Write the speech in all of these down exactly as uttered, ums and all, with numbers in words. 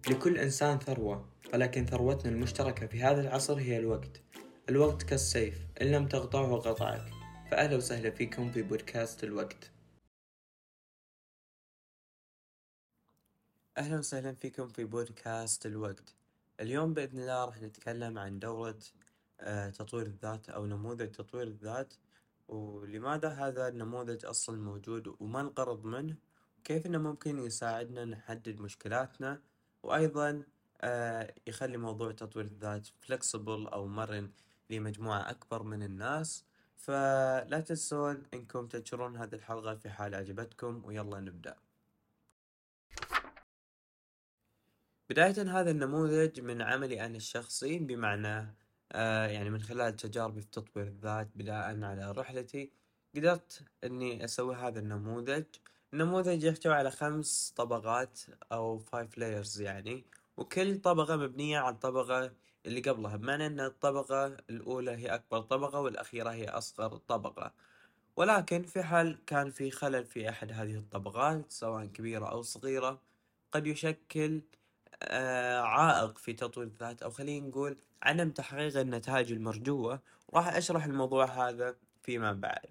لكل إنسان ثروة، ولكن ثروتنا المشتركة في هذا العصر هي الوقت. الوقت كالسيف، إن لم تقطعه قطعك. فأهلا وسهلا فيكم في بودكاست الوقت. أهلا وسهلا فيكم في بودكاست الوقت. اليوم بإذن الله راح نتكلم عن دورة آه، تطوير الذات أو نموذج تطوير الذات، ولماذا هذا النموذج أصلا موجود وما الغرض منه، وكيف إنه ممكن يساعدنا نحدد مشكلاتنا، وأيضا آه، يخلي موضوع تطوير الذات فلكسبل أو مرن لمجموعة أكبر من الناس. فلا تنسون إنكم تنشرون هذه الحلقة في حال عجبتكم، ويلا نبدأ. بداية هذا النموذج من عملي أنا الشخصي، بمعنى آه يعني من خلال تجاربي في تطوير الذات بناء على رحلتي قدرت أني أسوي هذا النموذج. النموذج يحتوي على خمس طبقات أو five layers يعني، وكل طبقة مبنية على الطبقة اللي قبلها، بمعنى أن الطبقة الأولى هي أكبر طبقة والأخيرة هي أصغر طبقة. ولكن في حال كان في خلل في أحد هذه الطبقات سواء كبيرة أو صغيرة، قد يشكل آه عائق في تطوير الذات، أو خلينا نقول عدم تحقيق النتائج المرجوة. وراح أشرح الموضوع هذا فيما بعد.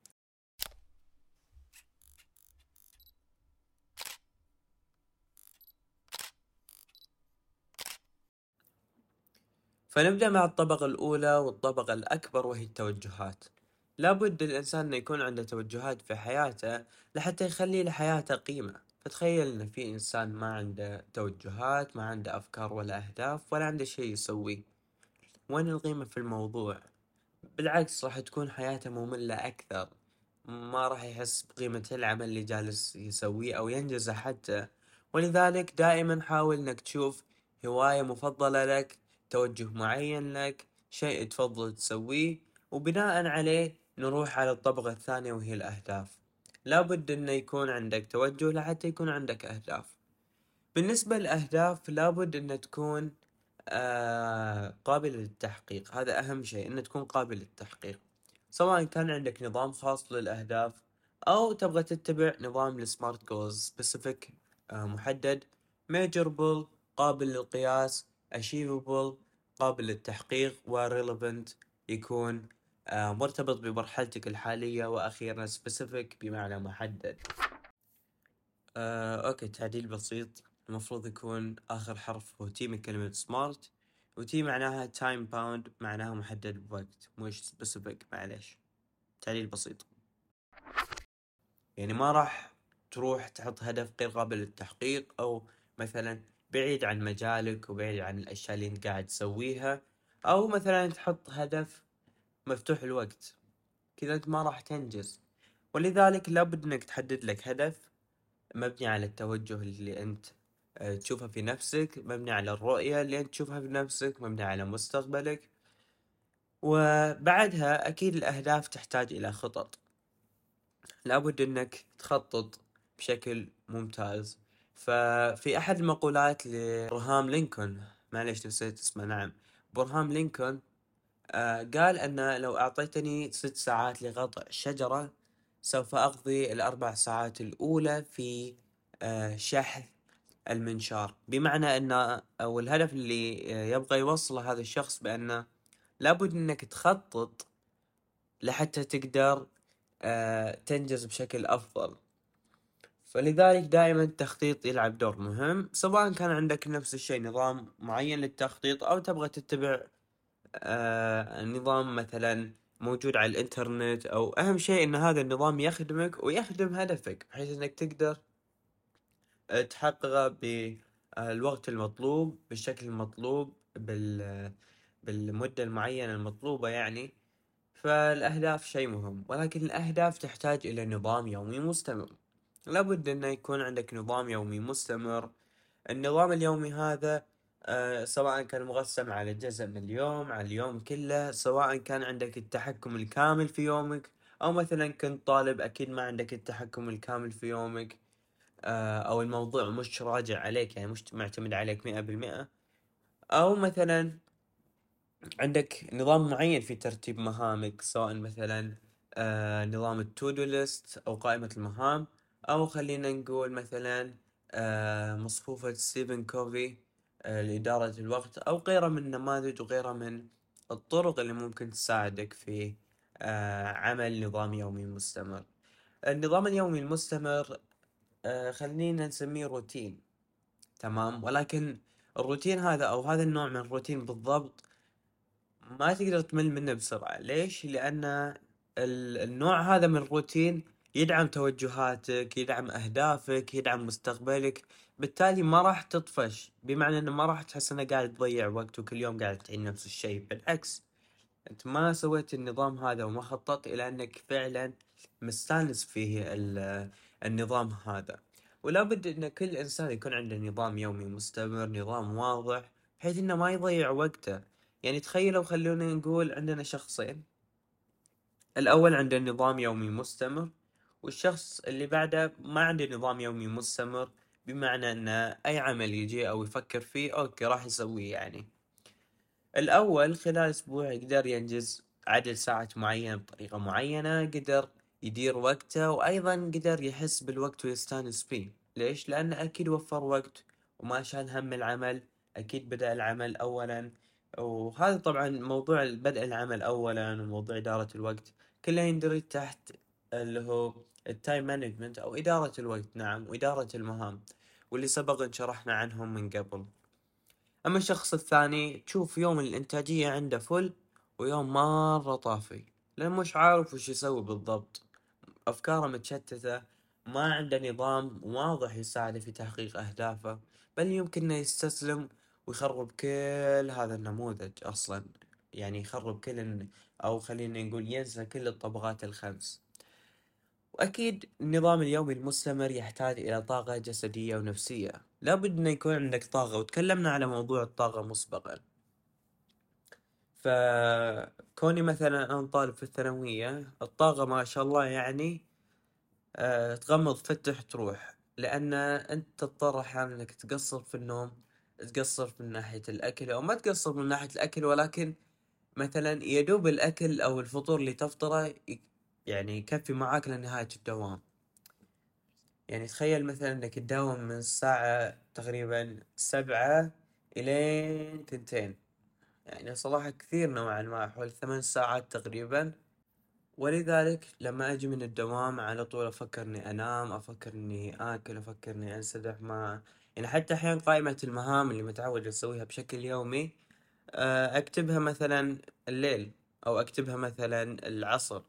فنبدأ مع الطبقة الأولى والطبقة الأكبر، وهي التوجهات. لابد الإنسان أنه يكون عنده توجهات في حياته لحتى يخلي لحياته قيمة. فتخيل أن في إنسان ما عنده توجهات، ما عنده أفكار ولا أهداف ولا عنده شيء يسويه، وين القيمة في الموضوع؟ بالعكس راح تكون حياته مملة أكثر، ما راح يحس بقيمة العمل اللي جالس يسويه أو ينجزه حتى. ولذلك دائما حاول إنك تشوف هواية مفضلة لك، توجه معين لك، شيء تفضل تسويه، وبناء عليه نروح على الطبقة الثانية وهي الأهداف. لابد إنه يكون عندك توجه لحتى يكون عندك أهداف. بالنسبة للأهداف لابد إن تكون آه قابلة للتحقيق، هذا أهم شيء، إن تكون قابل للتحقيق. سواء كان عندك نظام خاص للأهداف أو تبغى تتبع نظام السمارت جولز specific، آه محدد، measurable قابل للقياس، achievable قابل للتحقيق، و relevant يكون آه مرتبط بمرحلتك الحالية، وأخيرا specific بمعنى محدد. آه، أوكي، تعديل بسيط. المفروض يكون آخر حرف هو تي من كلمة سمارت، وتي معناها تايم باوند، معناها محدد بوقت، مش سبيسيفيك. معليش، تعديل بسيط. يعني ما راح تروح تحط هدف غير قابل للتحقيق، أو مثلا بعيد عن مجالك وبعيد عن الأشياء اللي أنت قاعد تسويها، أو مثلا تحط هدف مفتوح الوقت، كذا أنت ما راح تنجز. ولذلك لابد أنك تحدد لك هدف مبني على التوجه اللي أنت آه، تشوفها في نفسك، مبني على الرؤية اللي أنت تشوفها في نفسك، مبني على مستقبلك. وبعدها أكيد الأهداف تحتاج إلى خطط. لابد أنك تخطط بشكل ممتاز. ففي أحد المقولات لبرهام لينكولن، معليش نسيت اسمه، نعم، برهام لينكولن، آه قال أن لو أعطيتني ست ساعات لقطع شجرة، سوف أقضي الأربع ساعات الأولى في آه شحذ المنشار. بمعنى أن أو الهدف اللي يبغى يوصله هذا الشخص بأنه لابد أنك تخطط لحتى تقدر آه تنجز بشكل أفضل. فلذلك دائما التخطيط يلعب دور مهم، سواء كان عندك نفس الشيء نظام معين للتخطيط، أو تبغى تتبع آه نظام مثلا موجود على الإنترنت، أو أهم شيء أن هذا النظام يخدمك ويخدم هدفك، بحيث أنك تقدر تحققه بالوقت المطلوب، بالشكل المطلوب، بال بالمدة المعينة المطلوبة يعني. فالأهداف شيء مهم، ولكن الأهداف تحتاج إلى نظام يومي مستمر. لابد أن يكون عندك نظام يومي مستمر. النظام اليومي هذا آه سواء كان مقسم على جزء من اليوم، على اليوم كله، سواء كان عندك التحكم الكامل في يومك، أو مثلا كنت طالب أكيد ما عندك التحكم الكامل في يومك، آه، أو الموضوع مش راجع عليك، يعني مش معتمد عليك مئة بالمئة، أو مثلا عندك نظام معين في ترتيب مهامك، سواء مثلا آه، نظام التودو ليست أو قائمة المهام، أو خلينا نقول مثلا آه، مصفوفة ستيفن كوفي آه، لإدارة الوقت، أو غيره من النماذج وغيره من الطرق اللي ممكن تساعدك في آه، عمل نظام يومي مستمر. النظام اليومي المستمر آه، خلينا نسميه روتين، تمام، ولكن الروتين هذا أو هذا النوع من الروتين بالضبط ما تقدر تمل منه بسرعة. ليش؟ لأن ال- النوع هذا من الروتين يدعم توجهاتك، يدعم أهدافك، يدعم مستقبلك، بالتالي ما راح تطفش، بمعنى أنه ما راح تحس أنك قاعد تضيع وقت وكل يوم قاعد تعيد نفس الشيء. بالعكس، أنت ما سويت النظام هذا وما خططت إلى أنك فعلا مستانس فيه ال- النظام هذا. ولا بد أن كل إنسان يكون عنده نظام يومي مستمر، نظام واضح، بحيث أنه ما يضيع وقته. يعني تخيلوا، خلونا نقول عندنا شخصين، الأول عنده نظام يومي مستمر، والشخص اللي بعده ما عنده نظام يومي مستمر، بمعنى أن أي عمل يجي أو يفكر فيه أوكي راح يسويه. يعني الأول خلال أسبوع يقدر ينجز عدد ساعات معين بطريقة معينة، قدر يدير وقته، وأيضا قدر يحس بالوقت ويستانس فيه. ليش؟ لأنه أكيد وفر وقت وما شال هم العمل، أكيد بدأ العمل أولا. وهذا طبعا موضوع بدء العمل أولا وموضوع إدارة الوقت كله يندرج تحت اللي هو التايم مانجمنت أو إدارة الوقت، نعم، وإدارة المهام، واللي سبق إن شرحنا عنهم من قبل. أما الشخص الثاني تشوف يوم الإنتاجية عنده فل، ويوم مرة طافي، لأنه مش عارف وش يسوي بالضبط، أفكاره متشتتة، ما عنده نظام واضح يساعده في تحقيق أهدافه، بل يمكن إنه يستسلم ويخرب كل هذا النموذج أصلا. يعني يخرب كل، أو خلينا نقول ينسى كل الطبقات الخمس. وأكيد النظام اليومي المستمر يحتاج إلى طاقة جسدية ونفسية، لابد أن يكون عندك طاقة، وتكلمنا على موضوع الطاقة مسبقا. فكوني مثلا أنا طالب في الثانوية، الطاقة ما شاء الله يعني أه تغمض فتح تروح، لأن أنت تضطر أحيانا أنك تقصر في النوم، تقصر من ناحية الأكل، أو ما تقصر من ناحية الأكل، ولكن مثلا يدوب الأكل أو الفطور اللي تفطره ي- يعني يكفي معاك لنهاية الدوام. يعني تخيل مثلا انك تداوم من الساعة تقريبا سبعة الين تنتين، يعني صراحة كثير نوعا ما، حوالي ثمان ساعات تقريبا. ولذلك لما اجي من الدوام على طول افكر اني انام، افكر اني اكل، افكر اني انسدح. ما يعني حتى احيانا قائمة المهام اللي متعود اسويها بشكل يومي آه، اكتبها مثلا الليل، او اكتبها مثلا العصر،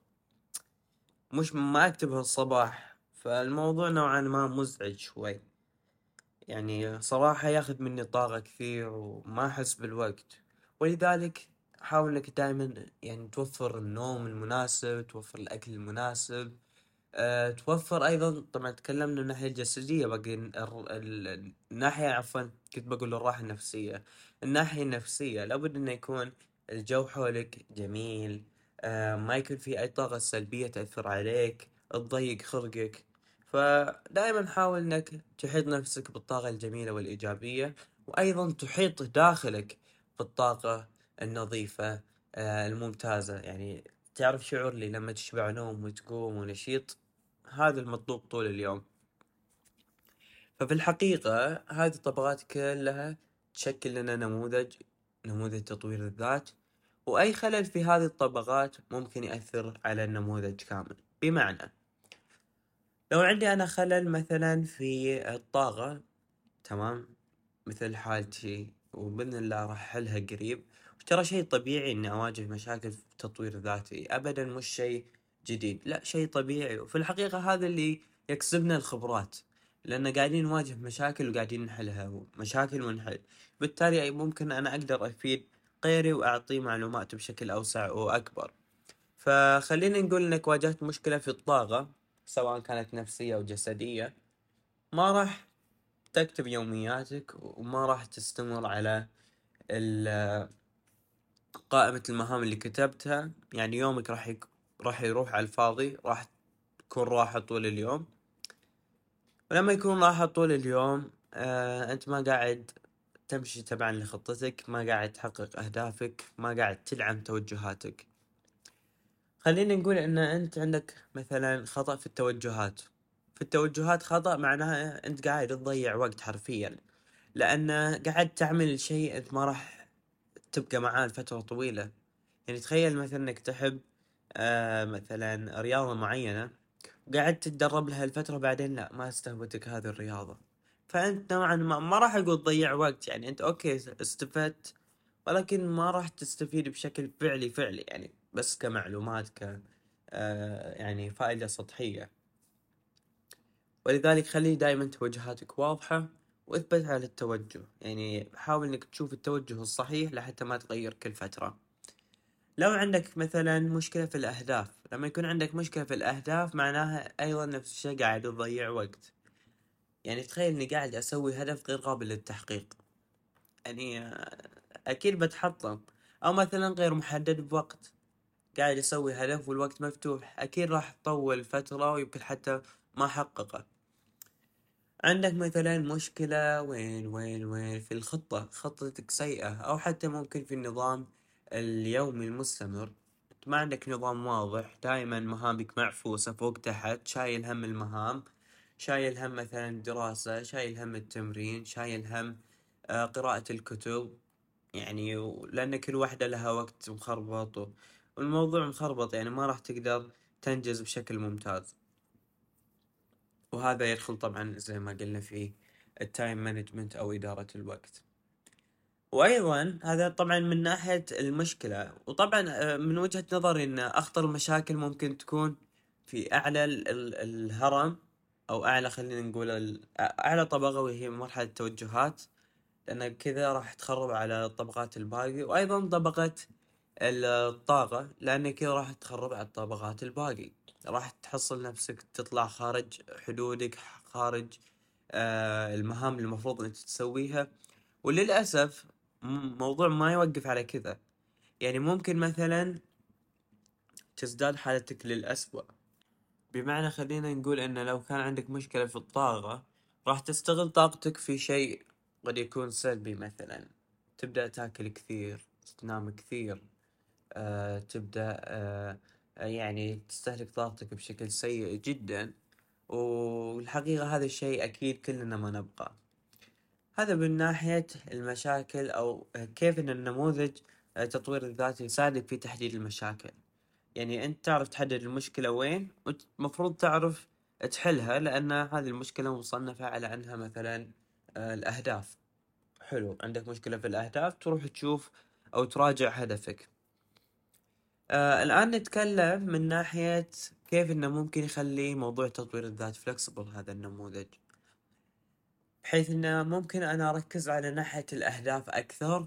مش ما اكتبها الصباح. فالموضوع نوعا ما مزعج شوي، يعني صراحة ياخذ مني طاقة كثير وما أحس بالوقت. ولذلك حاول إنك دائما يعني توفر النوم المناسب، توفر الأكل المناسب، أه توفر أيضا. طبعا تكلمنا من الناحية الجسدية، باقي الر- ال- الناحية، عفوا كنت بقول الراحة النفسية. الناحية النفسية لابد إنه يكون الجو حولك جميل، أه ما يكون في أي طاقة سلبية تأثر عليك، تضيق خلقك. فدائما حاول انك تحيط نفسك بالطاقة الجميلة والإيجابية، وأيضا تحيط داخلك بالطاقة النظيفة آه، الممتازة. يعني تعرف شعور اللي لما تشبع نوم وتقوم ونشيط، هذا المطلوب طول اليوم. ففي الحقيقة هذه الطبقات كلها تشكل لنا نموذج، نموذج تطوير الذات، وأي خلل في هذه الطبقات ممكن يأثر على النموذج كامل. بمعنى لو عندي أنا خلل مثلا في الطاقة، تمام، مثل حالتي، وبإذن الله راح أحلها قريب. وترى شيء طبيعي إني أواجه مشاكل في التطوير الذاتي، أبدا مش شيء جديد، لا شيء طبيعي. وفي الحقيقة هذا اللي يكسبنا الخبرات، لأن قاعدين نواجه مشاكل وقاعدين نحلها، مشاكل ونحل. بالتالي ممكن أنا أقدر أفيد غيري وأعطيه معلومات بشكل أوسع وأكبر. فخلينا نقول إنك واجهت مشكلة في الطاقة، سواء كانت نفسية أو جسدية، ما راح تكتب يومياتك وما راح تستمر على ال- قائمة المهام اللي كتبتها. يعني يومك راح يك... راح يروح على الفاضي، راح تكون راحة طول اليوم. ولما يكون راحة طول اليوم آه أنت ما قاعد تمشي تبعا لخطتك، ما قاعد تحقق أهدافك، ما قاعد تدعم توجهاتك. خلينا نقول ان انت عندك مثلا خطأ في التوجهات، في التوجهات خطأ معناها أنت قاعد تضيع وقت حرفيا، لأن قاعد تعمل شيء أنت ما راح تبقى معاه لفترة طويلة. يعني تخيل مثلا إنك تحب آه مثلا رياضة معينة، وقعدت تتدرب لها الفترة، بعدين لا ما استهوتك هذه الرياضة، فأنت نوعا ما ما راح أقول تضيع وقت، يعني أنت أوكي استفدت، ولكن ما راح تستفيد بشكل فعلي فعلي، يعني بس كمعلومات، ك آه يعني فائدة سطحية. ولذلك خلي دائما توجهاتك واضحة، واثبت على التوجه، يعني حاول انك تشوف التوجه الصحيح لحتى ما تغير كل فترة. لو عندك مثلا مشكلة في الأهداف، لما يكون عندك مشكلة في الأهداف معناها أيضا نفس الشيء قاعد تضيع وقت. يعني تخيل إني قاعد أسوي هدف غير قابل للتحقيق، يعني آه، أكيد بتحطم. أو مثلا غير محدد بوقت، قاعد أسوي هدف والوقت مفتوح، أكيد راح تطول فترة ويمكن حتى ما أحققه. عندك مثلا مشكلة وين وين وين في الخطة، خطتك سيئة، أو حتى ممكن في النظام اليومي المستمر، ما عندك نظام واضح، دائما مهامك معفوسة فوق تحت، شايل هم المهام، شايل هم مثلا الدراسة، شايل هم التمرين، شايل هم آه قراءة الكتب، يعني و- لأن كل واحدة لها وقت مخربط، و- والموضوع مخربط، يعني ما راح تقدر تنجز بشكل ممتاز. وهذا يدخل طبعا زي ما قلنا في التايم مانجمنت أو إدارة الوقت. وأيضا هذا طبعا من ناحية المشكلة، وطبعا آه، من وجهة نظري أن أخطر المشاكل ممكن تكون في أعلى ال- ال- الهرم، أو أعلى، خلينا نقول ال- أعلى طبقة، وهي مرحلة التوجهات، لأن كذا راح تخرب على الطبقات الباقي، وأيضا طبقة الطاقة، لأن كذا راح تخرب على الطبقات الباقي، راح تحصل نفسك تطلع خارج حدودك، خارج آه المهام اللي المفروض أنت تسويها. وللأسف م- موضوع ما يوقف على كذا، يعني ممكن مثلا تزداد حالتك للأسوأ. بمعنى خلينا نقول إن لو كان عندك مشكلة في الطاقة، راح تستغل طاقتك في شيء قد يكون سلبي، مثلا تبدأ تاكل كثير، تنام كثير، آه تبدأ آه يعني تستهلك طاقتك بشكل سيء جدا. والحقيقة هذا الشيء أكيد كلنا ما نبغاه. هذا من ناحية المشاكل، أو كيف أن النموذج التطوير الذاتي يساعدك في تحديد المشاكل. يعني أنت تعرف تحدد المشكلة وين، ومفروض تعرف تحلها، لأن هذه المشكلة مصنفة على أنها مثلا آه، الأهداف. حلو، عندك مشكلة في الأهداف، تروح تشوف أو تراجع هدفك. آه الآن نتكلم من ناحية كيف إنه ممكن يخلي موضوع تطوير الذات فلكسبل، هذا النموذج، بحيث إنه ممكن أنا أركز على ناحية الأهداف أكثر،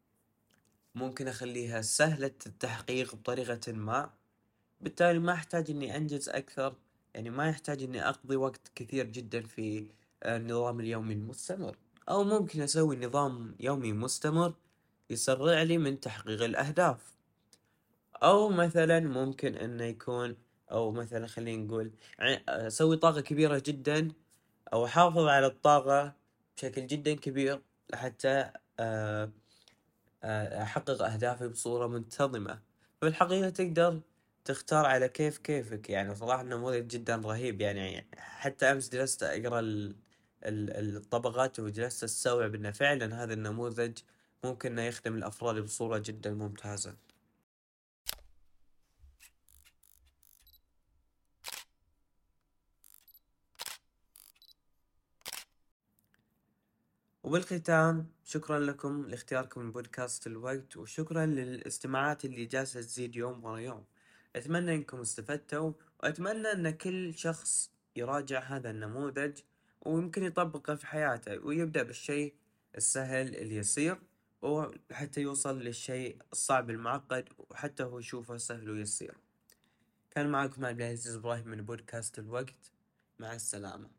ممكن أخليها سهلة التحقيق بطريقة ما، بالتالي ما أحتاج إني أنجز أكثر، يعني ما يحتاج إني أقضي وقت كثير جدا في آه، النظام اليومي المستمر. أو ممكن أسوي نظام يومي مستمر يسرع لي من تحقيق الأهداف. أو مثلا ممكن إنه يكون، أو مثلا خلينا نقول يعني أسوي طاقة كبيرة جدا، أو أحافظ على الطاقة بشكل جدا كبير لحتى آه، آه، أحقق أهدافي بصورة منتظمة. في الحقيقة تقدر تختار على كيف كيفك، يعني صراحة نموذج جدا رهيب. يعني حتى أمس جلست أقرأ ال- ال- الطبقات، وجلست أستوعب أن فعلا هذا النموذج ممكن أنه يخدم الأفراد بصورة جدا ممتازة. وبالختام، شكرا لكم لاختياركم البودكاست الوقت، وشكرا للاستماعات اللي جالسة تزيد يوم ورا يوم. أتمنى أنكم استفدتوا، وأتمنى أن كل شخص يراجع هذا النموذج، ويمكن يطبقه في حياته، ويبدأ بالشيء السهل اليسير، وحتى يوصل للشيء الصعب المعقد، وحتى هو يشوفه سهل ويسير. كان معكم عبد العزيز إبراهيم من بودكاست الوقت. مع السلامة.